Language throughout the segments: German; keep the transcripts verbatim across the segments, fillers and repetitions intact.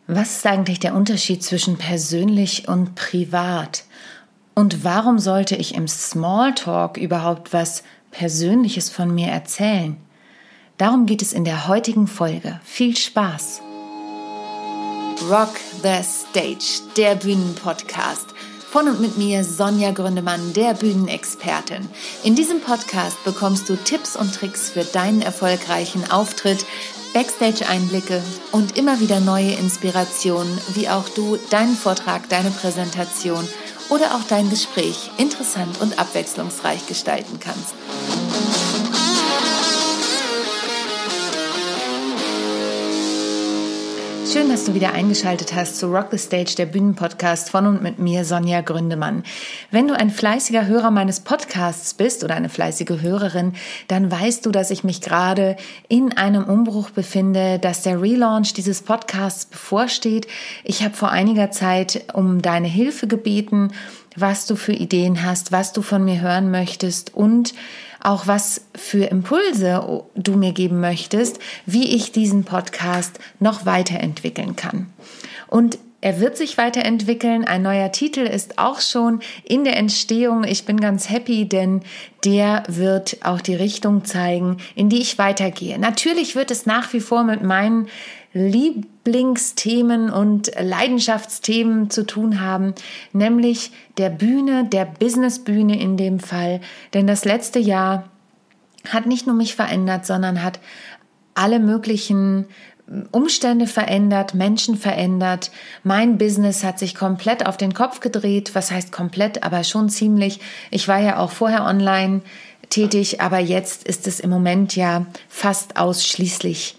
Was ist eigentlich der Unterschied zwischen persönlich und privat? Und warum sollte ich im Smalltalk überhaupt was Persönliches von mir erzählen? Darum geht es in der heutigen Folge. Viel Spaß! Rock the Stage, der Bühnenpodcast. Von und mit mir Sonja Gründemann, der Bühnenexpertin. In diesem Podcast bekommst du Tipps und Tricks für deinen erfolgreichen Auftritt, Backstage-Einblicke und immer wieder neue Inspirationen, wie auch du deinen Vortrag, deine Präsentation oder auch dein Gespräch interessant und abwechslungsreich gestalten kannst. Schön, dass du wieder eingeschaltet hast zu Rock the Stage, der Bühnenpodcast von und mit mir, Sonja Gründemann. Wenn du ein fleißiger Hörer meines Podcasts bist oder eine fleißige Hörerin, dann weißt du, dass ich mich gerade in einem Umbruch befinde, dass der Relaunch dieses Podcasts bevorsteht. Ich habe vor einiger Zeit um deine Hilfe gebeten, was du für Ideen hast, was du von mir hören möchtest und auch was für Impulse du mir geben möchtest, wie ich diesen Podcast noch weiterentwickeln kann. Und er wird sich weiterentwickeln. Ein neuer Titel ist auch schon in der Entstehung. Ich bin ganz happy, denn der wird auch die Richtung zeigen, in die ich weitergehe. Natürlich wird es nach wie vor mit meinen Lieblingsthemen und Leidenschaftsthemen zu tun haben, nämlich der Bühne, der Businessbühne in dem Fall. Denn das letzte Jahr hat nicht nur mich verändert, sondern hat alle möglichen Umstände verändert, Menschen verändert. Mein Business hat sich komplett auf den Kopf gedreht. Was heißt komplett, aber schon ziemlich. Ich war ja auch vorher online tätig, aber jetzt ist es im Moment ja fast ausschließlich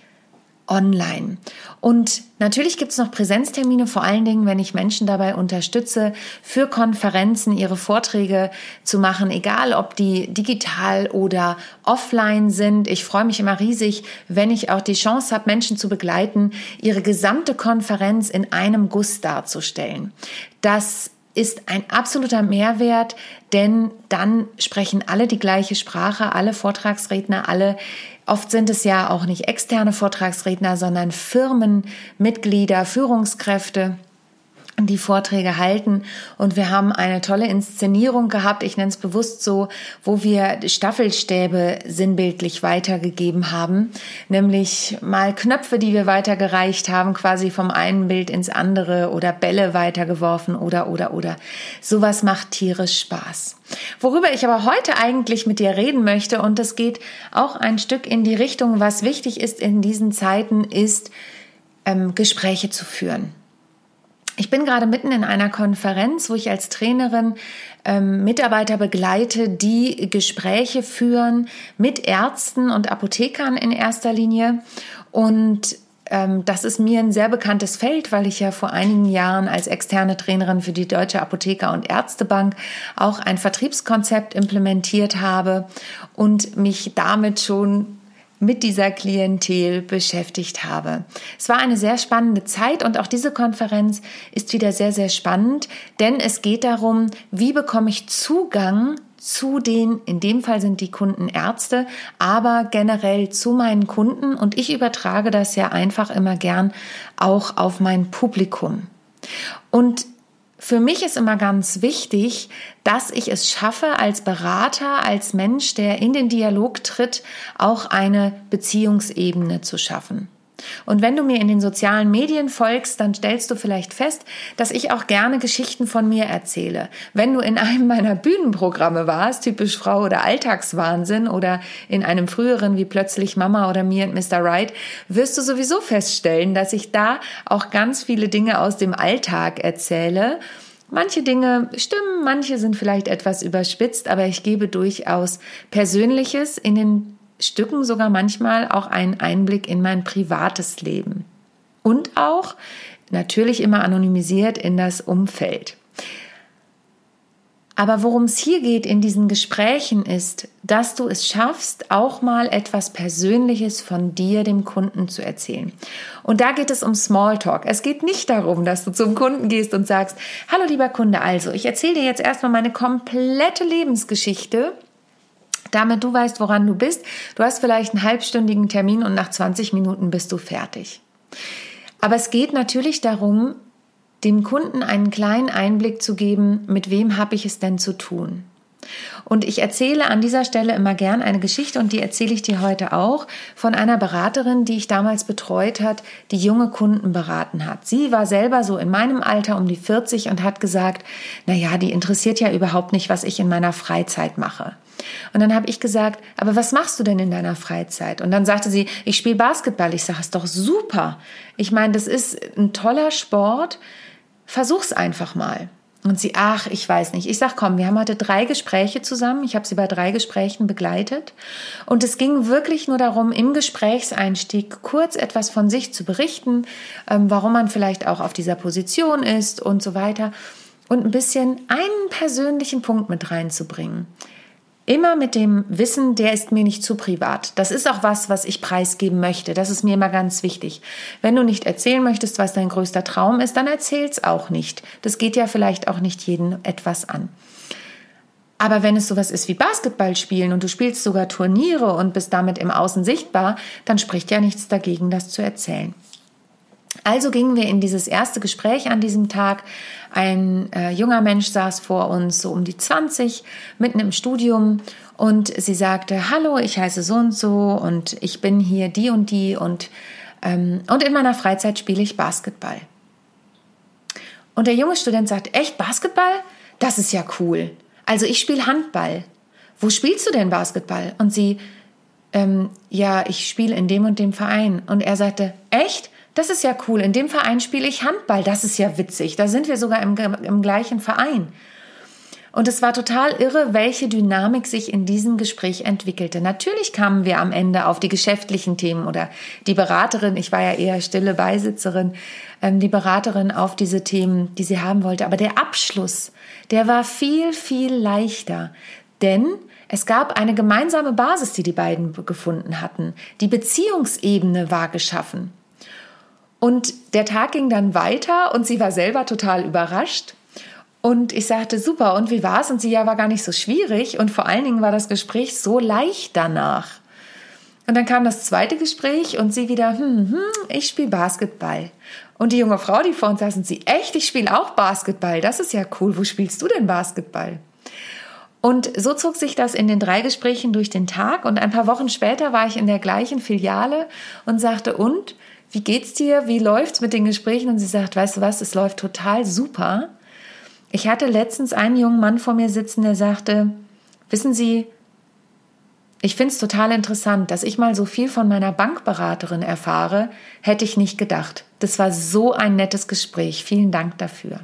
online. Und natürlich gibt es noch Präsenztermine, vor allen Dingen, wenn ich Menschen dabei unterstütze, für Konferenzen ihre Vorträge zu machen, egal ob die digital oder offline sind. Ich freue mich immer riesig, wenn ich auch die Chance habe, Menschen zu begleiten, ihre gesamte Konferenz in einem Guss darzustellen. Das ist ein absoluter Mehrwert, denn dann sprechen alle die gleiche Sprache, alle Vortragsredner, alle. Oft sind es ja auch nicht externe Vortragsredner, sondern Firmenmitglieder, Führungskräfte, die Vorträge halten. Und wir haben eine tolle Inszenierung gehabt, ich nenne es bewusst so, wo wir Staffelstäbe sinnbildlich weitergegeben haben, nämlich mal Knöpfe, die wir weitergereicht haben, quasi vom einen Bild ins andere oder Bälle weitergeworfen oder, oder, oder. Sowas macht tierisch Spaß. Worüber ich aber heute eigentlich mit dir reden möchte, und das geht auch ein Stück in die Richtung, was wichtig ist in diesen Zeiten, ist, ähm, Gespräche zu führen. Ich bin gerade mitten in einer Konferenz, wo ich als Trainerin ähm, Mitarbeiter begleite, die Gespräche führen mit Ärzten und Apothekern in erster Linie. Und ähm, das ist mir ein sehr bekanntes Feld, weil ich ja vor einigen Jahren als externe Trainerin für die Deutsche Apotheker- und Ärztebank auch ein Vertriebskonzept implementiert habe und mich damit schon mit dieser Klientel beschäftigt habe. Es war eine sehr spannende Zeit und auch diese Konferenz ist wieder sehr, sehr spannend, denn es geht darum, wie bekomme ich Zugang zu den, in dem Fall sind die Kunden Ärzte, aber generell zu meinen Kunden, und ich übertrage das ja einfach immer gern auch auf mein Publikum. Und für mich ist immer ganz wichtig, dass ich es schaffe, als Berater, als Mensch, der in den Dialog tritt, auch eine Beziehungsebene zu schaffen. Und wenn du mir in den sozialen Medien folgst, dann stellst du vielleicht fest, dass ich auch gerne Geschichten von mir erzähle. Wenn du in einem meiner Bühnenprogramme warst, typisch Frau oder Alltagswahnsinn, oder in einem früheren wie Plötzlich Mama oder Me and Mister Right, wirst du sowieso feststellen, dass ich da auch ganz viele Dinge aus dem Alltag erzähle. Manche Dinge stimmen, manche sind vielleicht etwas überspitzt, aber ich gebe durchaus Persönliches in den Stücken, sogar manchmal auch einen Einblick in mein privates Leben. Und auch natürlich immer anonymisiert in das Umfeld. Aber worum es hier geht in diesen Gesprächen ist, dass du es schaffst, auch mal etwas Persönliches von dir dem Kunden zu erzählen. Und da geht es um Smalltalk. Es geht nicht darum, dass du zum Kunden gehst und sagst, hallo lieber Kunde, also ich erzähle dir jetzt erstmal meine komplette Lebensgeschichte, damit du weißt, woran du bist. Du hast vielleicht einen halbstündigen Termin und nach zwanzig Minuten bist du fertig. Aber es geht natürlich darum, dem Kunden einen kleinen Einblick zu geben, mit wem habe ich es denn zu tun. Und ich erzähle an dieser Stelle immer gern eine Geschichte und die erzähle ich dir heute auch von einer Beraterin, die ich damals betreut hat, die junge Kunden beraten hat. Sie war selber so in meinem Alter um die vierzig und hat gesagt, naja, die interessiert ja überhaupt nicht, was ich in meiner Freizeit mache. Und dann habe ich gesagt, aber was machst du denn in deiner Freizeit? Und dann sagte sie, ich spiele Basketball. Ich sage, ist doch super. Ich meine, das ist ein toller Sport. Versuch's einfach mal. Und sie, ach, ich weiß nicht. Ich sag, komm, wir haben heute drei Gespräche zusammen. Ich habe sie bei drei Gesprächen begleitet. Und es ging wirklich nur darum, im Gesprächseinstieg kurz etwas von sich zu berichten, ähm, warum man vielleicht auch auf dieser Position ist und so weiter. Und ein bisschen einen persönlichen Punkt mit reinzubringen. Immer mit dem Wissen, der ist mir nicht zu privat. Das ist auch was, was ich preisgeben möchte. Das ist mir immer ganz wichtig. Wenn du nicht erzählen möchtest, was dein größter Traum ist, dann erzähl's auch nicht. Das geht ja vielleicht auch nicht jedem etwas an. Aber wenn es sowas ist wie Basketball spielen und du spielst sogar Turniere und bist damit im Außen sichtbar, dann spricht ja nichts dagegen, das zu erzählen. Also gingen wir in dieses erste Gespräch an diesem Tag. Ein äh, junger Mensch saß vor uns, so um die zwanzig, mitten im Studium. Und sie sagte, hallo, ich heiße so und so und ich bin hier die und die. Und, ähm, und in meiner Freizeit spiele ich Basketball. Und der junge Student sagt, echt Basketball? Das ist ja cool. Also ich spiele Handball. Wo spielst du denn Basketball? Und sie, ähm, ja, ich spiele in dem und dem Verein. Und er sagte, echt? Das ist ja cool, in dem Verein spiele ich Handball, das ist ja witzig, da sind wir sogar im, im gleichen Verein. Und es war total irre, welche Dynamik sich in diesem Gespräch entwickelte. Natürlich kamen wir am Ende auf die geschäftlichen Themen oder die Beraterin, ich war ja eher stille Beisitzerin, ähm, die Beraterin auf diese Themen, die sie haben wollte. Aber der Abschluss, der war viel, viel leichter, denn es gab eine gemeinsame Basis, die die beiden gefunden hatten. Die Beziehungsebene war geschaffen. Und der Tag ging dann weiter und sie war selber total überrascht. Und ich sagte, super, und wie war's? Und sie, ja, war gar nicht so schwierig. Und vor allen Dingen war das Gespräch so leicht danach. Und dann kam das zweite Gespräch und sie wieder, hm, hm, ich spiele Basketball. Und die junge Frau, die vor uns saß, und sie, echt, ich spiele auch Basketball. Das ist ja cool. Wo spielst du denn Basketball? Und so zog sich das in den drei Gesprächen durch den Tag. Und ein paar Wochen später war ich in der gleichen Filiale und sagte, und wie geht's dir? Wie läuft's mit den Gesprächen? Und sie sagt, weißt du was, es läuft total super. Ich hatte letztens einen jungen Mann vor mir sitzen, der sagte, wissen Sie, ich finde es total interessant, dass ich mal so viel von meiner Bankberaterin erfahre, hätte ich nicht gedacht. Das war so ein nettes Gespräch. Vielen Dank dafür.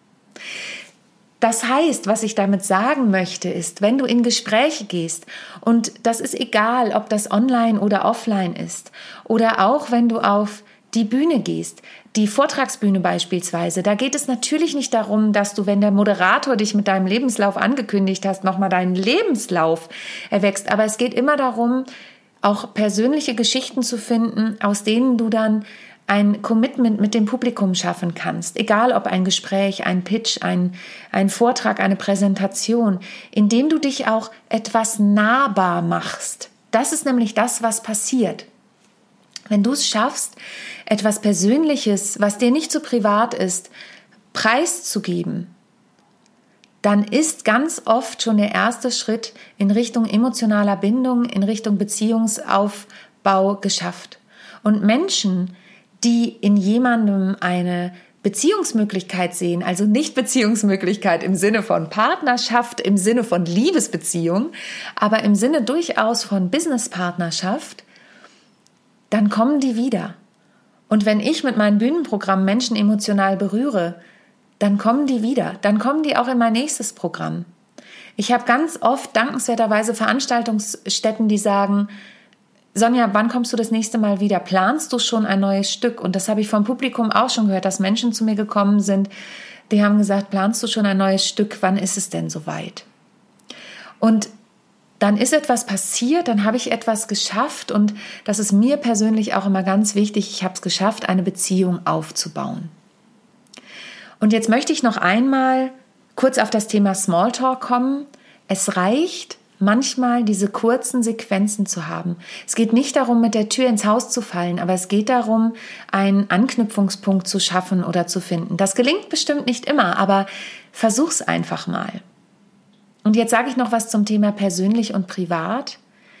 Das heißt, was ich damit sagen möchte, ist, wenn du in Gespräche gehst, und das ist egal, ob das online oder offline ist, oder auch wenn du auf die Bühne gehst, die Vortragsbühne beispielsweise, da geht es natürlich nicht darum, dass du, wenn der Moderator dich mit deinem Lebenslauf angekündigt hast, nochmal deinen Lebenslauf erwächst, aber es geht immer darum, auch persönliche Geschichten zu finden, aus denen du dann ein Commitment mit dem Publikum schaffen kannst, egal ob ein Gespräch, ein Pitch, ein, ein Vortrag, eine Präsentation, indem du dich auch etwas nahbar machst. Das ist nämlich das, was passiert. Wenn du es schaffst, etwas Persönliches, was dir nicht so privat ist, preiszugeben, dann ist ganz oft schon der erste Schritt in Richtung emotionaler Bindung, in Richtung Beziehungsaufbau geschafft. Und Menschen, die in jemandem eine Beziehungsmöglichkeit sehen, also nicht Beziehungsmöglichkeit im Sinne von Partnerschaft, im Sinne von Liebesbeziehung, aber im Sinne durchaus von Businesspartnerschaft, dann kommen die wieder. Und wenn ich mit meinem Bühnenprogramm Menschen emotional berühre, dann kommen die wieder. Dann kommen die auch in mein nächstes Programm. Ich habe ganz oft dankenswerterweise Veranstaltungsstätten, die sagen, Sonja, wann kommst du das nächste Mal wieder? Planst du schon ein neues Stück? Und das habe ich vom Publikum auch schon gehört, dass Menschen zu mir gekommen sind, die haben gesagt, planst du schon ein neues Stück? Wann ist es denn soweit? Und dann ist etwas passiert, dann habe ich etwas geschafft und das ist mir persönlich auch immer ganz wichtig, ich habe es geschafft, eine Beziehung aufzubauen. Und jetzt möchte ich noch einmal kurz auf das Thema Smalltalk kommen. Es reicht manchmal diese kurzen Sequenzen zu haben. Es geht nicht darum, mit der Tür ins Haus zu fallen, aber es geht darum, einen Anknüpfungspunkt zu schaffen oder zu finden. Das gelingt bestimmt nicht immer, aber versuch's einfach mal. Und jetzt sage ich noch was zum Thema persönlich und privat.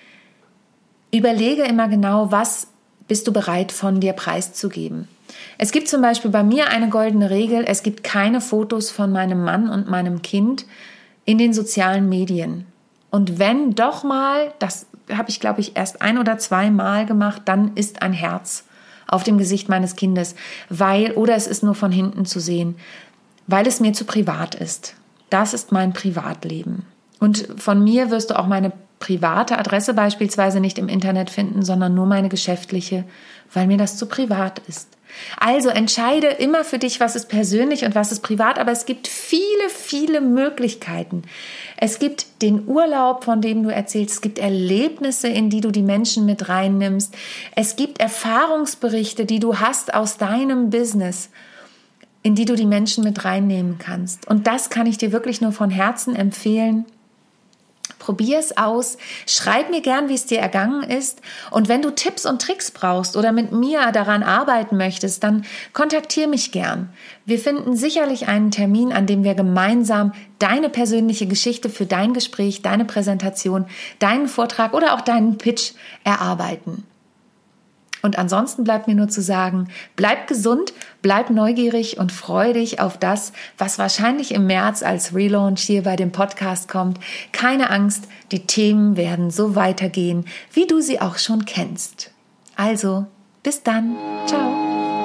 Überlege immer genau, was bist du bereit von dir preiszugeben. Es gibt zum Beispiel bei mir eine goldene Regel, es gibt keine Fotos von meinem Mann und meinem Kind in den sozialen Medien. Und wenn doch mal, das habe ich glaube ich erst ein oder zwei Mal gemacht, dann ist ein Herz auf dem Gesicht meines Kindes, weil, oder es ist nur von hinten zu sehen, weil es mir zu privat ist. Das ist mein Privatleben. Und von mir wirst du auch meine private Adresse beispielsweise nicht im Internet finden, sondern nur meine geschäftliche, weil mir das zu privat ist. Also entscheide immer für dich, was ist persönlich und was ist privat, aber es gibt viele, viele Möglichkeiten. Es gibt den Urlaub, von dem du erzählst, es gibt Erlebnisse, in die du die Menschen mit reinnimmst, es gibt Erfahrungsberichte, die du hast aus deinem Business, in die du die Menschen mit reinnehmen kannst. Und das kann ich dir wirklich nur von Herzen empfehlen. Probier es aus, schreib mir gern, wie es dir ergangen ist, und wenn du Tipps und Tricks brauchst oder mit mir daran arbeiten möchtest, dann kontaktiere mich gern. Wir finden sicherlich einen Termin, an dem wir gemeinsam deine persönliche Geschichte für dein Gespräch, deine Präsentation, deinen Vortrag oder auch deinen Pitch erarbeiten. Und ansonsten bleibt mir nur zu sagen, bleib gesund, bleib neugierig und freu dich auf das, was wahrscheinlich im März als Relaunch hier bei dem Podcast kommt. Keine Angst, die Themen werden so weitergehen, wie du sie auch schon kennst. Also, bis dann. Ciao.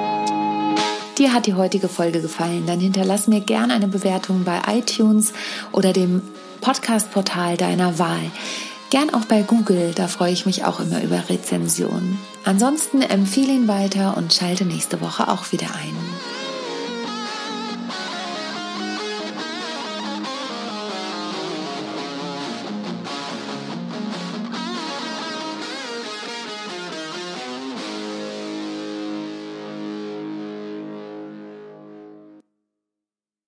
Dir hat die heutige Folge gefallen, dann hinterlass mir gerne eine Bewertung bei iTunes oder dem Podcast-Portal deiner Wahl. Gern auch bei Google, da freue ich mich auch immer über Rezensionen. Ansonsten empfehle ihn weiter und schalte nächste Woche auch wieder ein.